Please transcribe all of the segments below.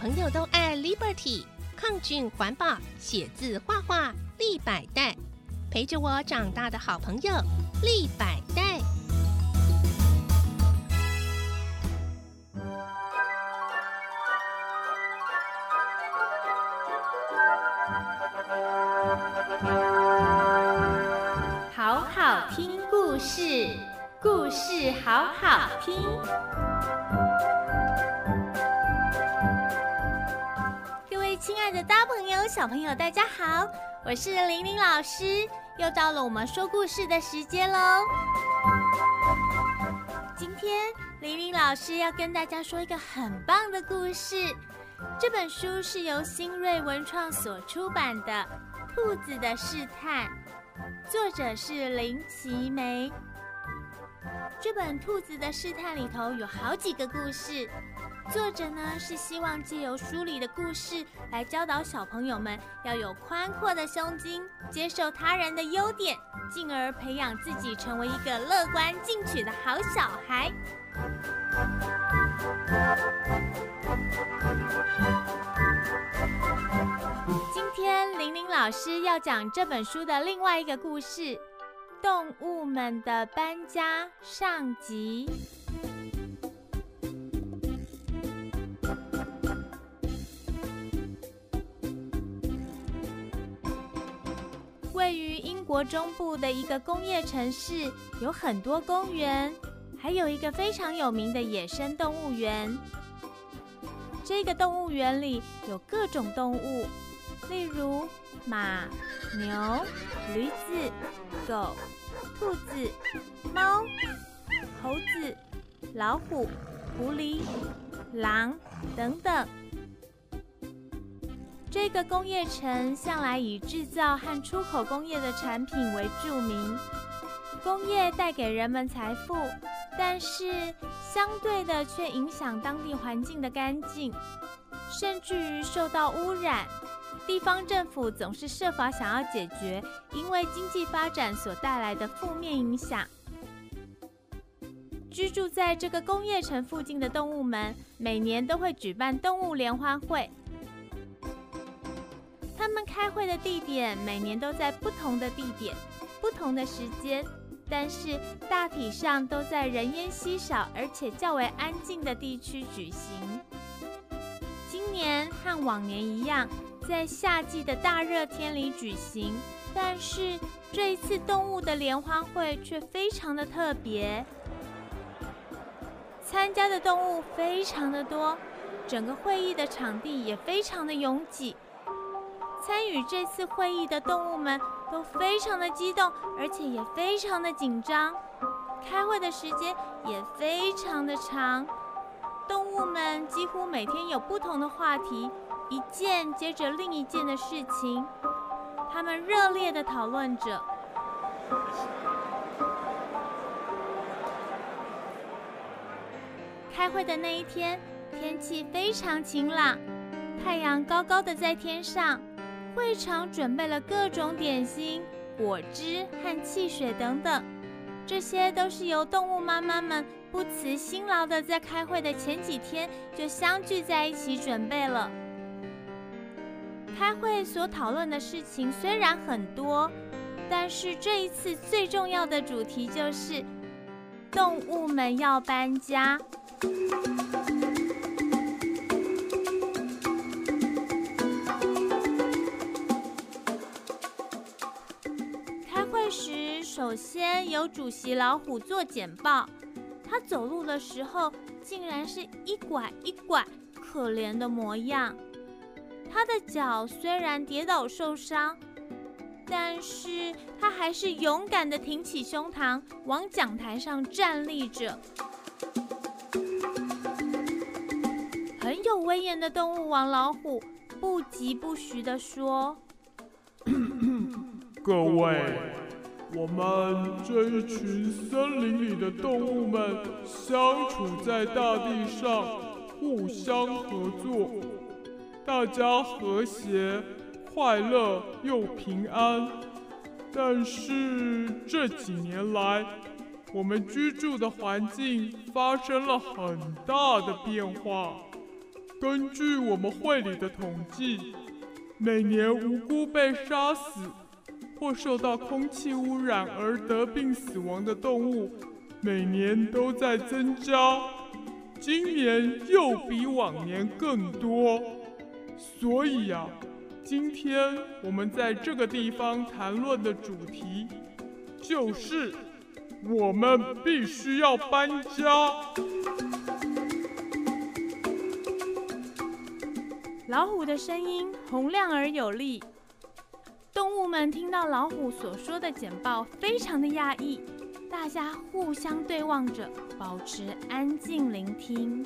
朋友都爱 Liberty， 抗菌环保，写字画画立百代，陪着我长大的好朋友立百代。 好好听故事，故事好好听。各位亲爱的大朋友、小朋友，大家好，我是玲玲老师，又到了我们说故事的时间喽。今天玲玲老师要跟大家说一个很棒的故事，这本书是由新锐文创所出版的《兔子的试探》，作者是林奇梅。这本《兔子的试探》里头有好几个故事，作者呢是希望借由书里的故事来教导小朋友们要有宽阔的胸襟，接受他人的优点，进而培养自己成为一个乐观进取的好小孩。今天玲玲老师要讲这本书的另外一个故事《动物们的搬家》上集。位于英国中部的一个工业城市，有很多公园，还有一个非常有名的野生动物园。这个动物园里有各种动物，例如马、牛、驴子、狗、兔子、猫、猴子、老虎、狐狸、狼等等。这个工业城向来以制造和出口工业的产品为著名。工业带给人们财富，但是相对的却影响当地环境的干净，甚至于受到污染。地方政府总是设法想要解决因为经济发展所带来的负面影响。居住在这个工业城附近的动物们，每年都会举办动物联欢会。他们开会的地点每年都在不同的地点、不同的时间，但是大体上都在人烟稀少而且较为安静的地区举行。今年和往年一样，在夏季的大热天里举行，但是这一次动物的联欢会却非常的特别。参加的动物非常的多，整个会议的场地也非常的拥挤。参与这次会议的动物们都非常的激动，而且也非常的紧张。开会的时间也非常的长，动物们几乎每天有不同的话题，一件接着另一件的事情，他们热烈地讨论着。开会的那一天，天气非常晴朗，太阳高高的在天上。会场准备了各种点心、果汁和汽水等等，这些都是由动物妈妈们不辞辛劳的在开会的前几天就相聚在一起准备了。开会所讨论的事情虽然很多，但是这一次最重要的主题就是动物们要搬家。首先由主席老虎做简报，他走路的时候竟然是一拐一拐，可怜的模样。他的脚虽然跌倒受伤，但是他还是勇敢地挺起胸膛，往讲台上站立着。很有威严的动物王老虎不疾不徐地说： 各位，我们这一群森林里的动物们相处在大地上，互相合作，大家和谐、快乐又平安。但是这几年来，我们居住的环境发生了很大的变化， 根据我们会里的统计，每年无辜被杀死或受到空气污染而得病死亡的动物，每年都在增加，今年又比往年更多。所以啊，今天我们在这个地方谈论的主题就是我们必须要搬家。 老虎的声音洪亮而有力，动物们听到老虎所说的简报，非常的讶异，大家互相对望着，保持安静聆听。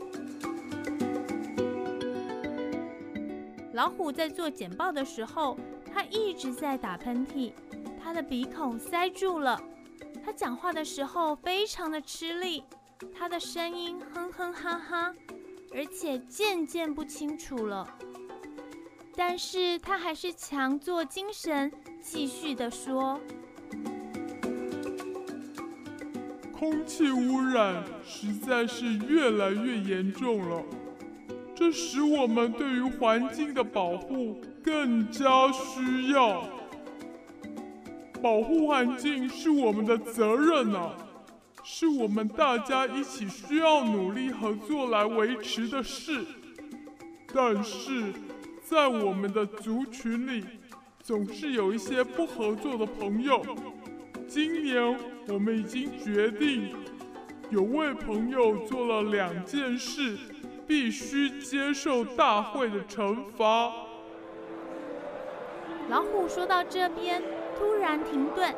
老虎在做简报的时候，他一直在打喷嚏，他的鼻孔塞住了，他讲话的时候非常的吃力，他的声音哼哼哈哈，而且渐渐不清楚了。但是他还是强作精神，继续地说： 空气污染实在是越来越严重了，这使我们对于环境的保护更加需要。保护环境是我们的责任啊，是我们大家一起需要努力合作来维持的事。但是在我们的族群里，总是有一些不合作的朋友。今年我们已经决定，有位朋友做了2件事，必须接受大会的惩罚。 老虎说到这边，突然停顿。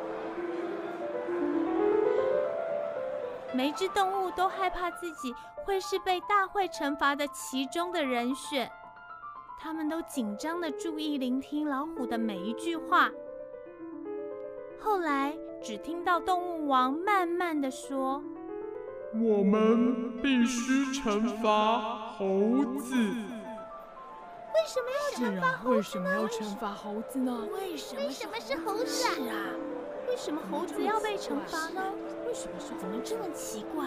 每一只动物都害怕自己会是被大会惩罚的其中的人选，他们都紧张地注意聆听老虎的每一句话。后来只听到动物王慢慢地说： 我们必须惩罚猴子。 为什么要惩罚猴子呢？ 为什么要惩罚猴子呢？ 为什么是猴子？是啊，为什么猴子要被惩罚呢？为什么怎么这么奇怪？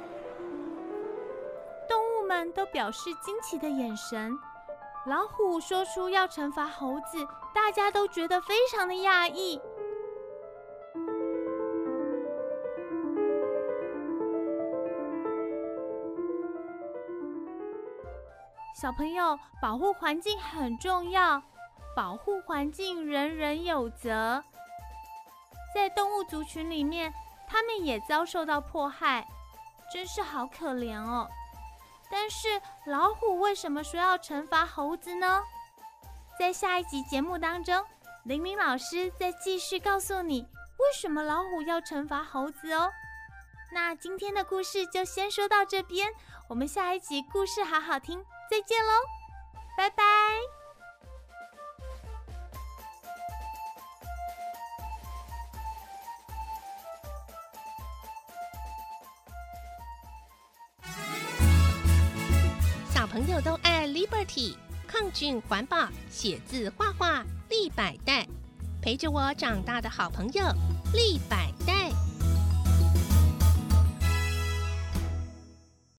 动物们都表示惊奇的眼神。老虎说出要惩罚猴子，大家都觉得非常的讶异。小朋友，保护环境很重要，保护环境人人有责。在动物族群里面，他们也遭受到迫害，真是好可怜哦。但是老虎为什么说要惩罚猴子呢？在下一集节目当中，玲玲老师再继续告诉你为什么老虎要惩罚猴子哦。那今天的故事就先说到这边，我们下一集故事好好听，再见喽，拜拜。 小朋友都爱 Liberty， 抗菌环保，写字画画立百代，陪着我长大的好朋友立百代。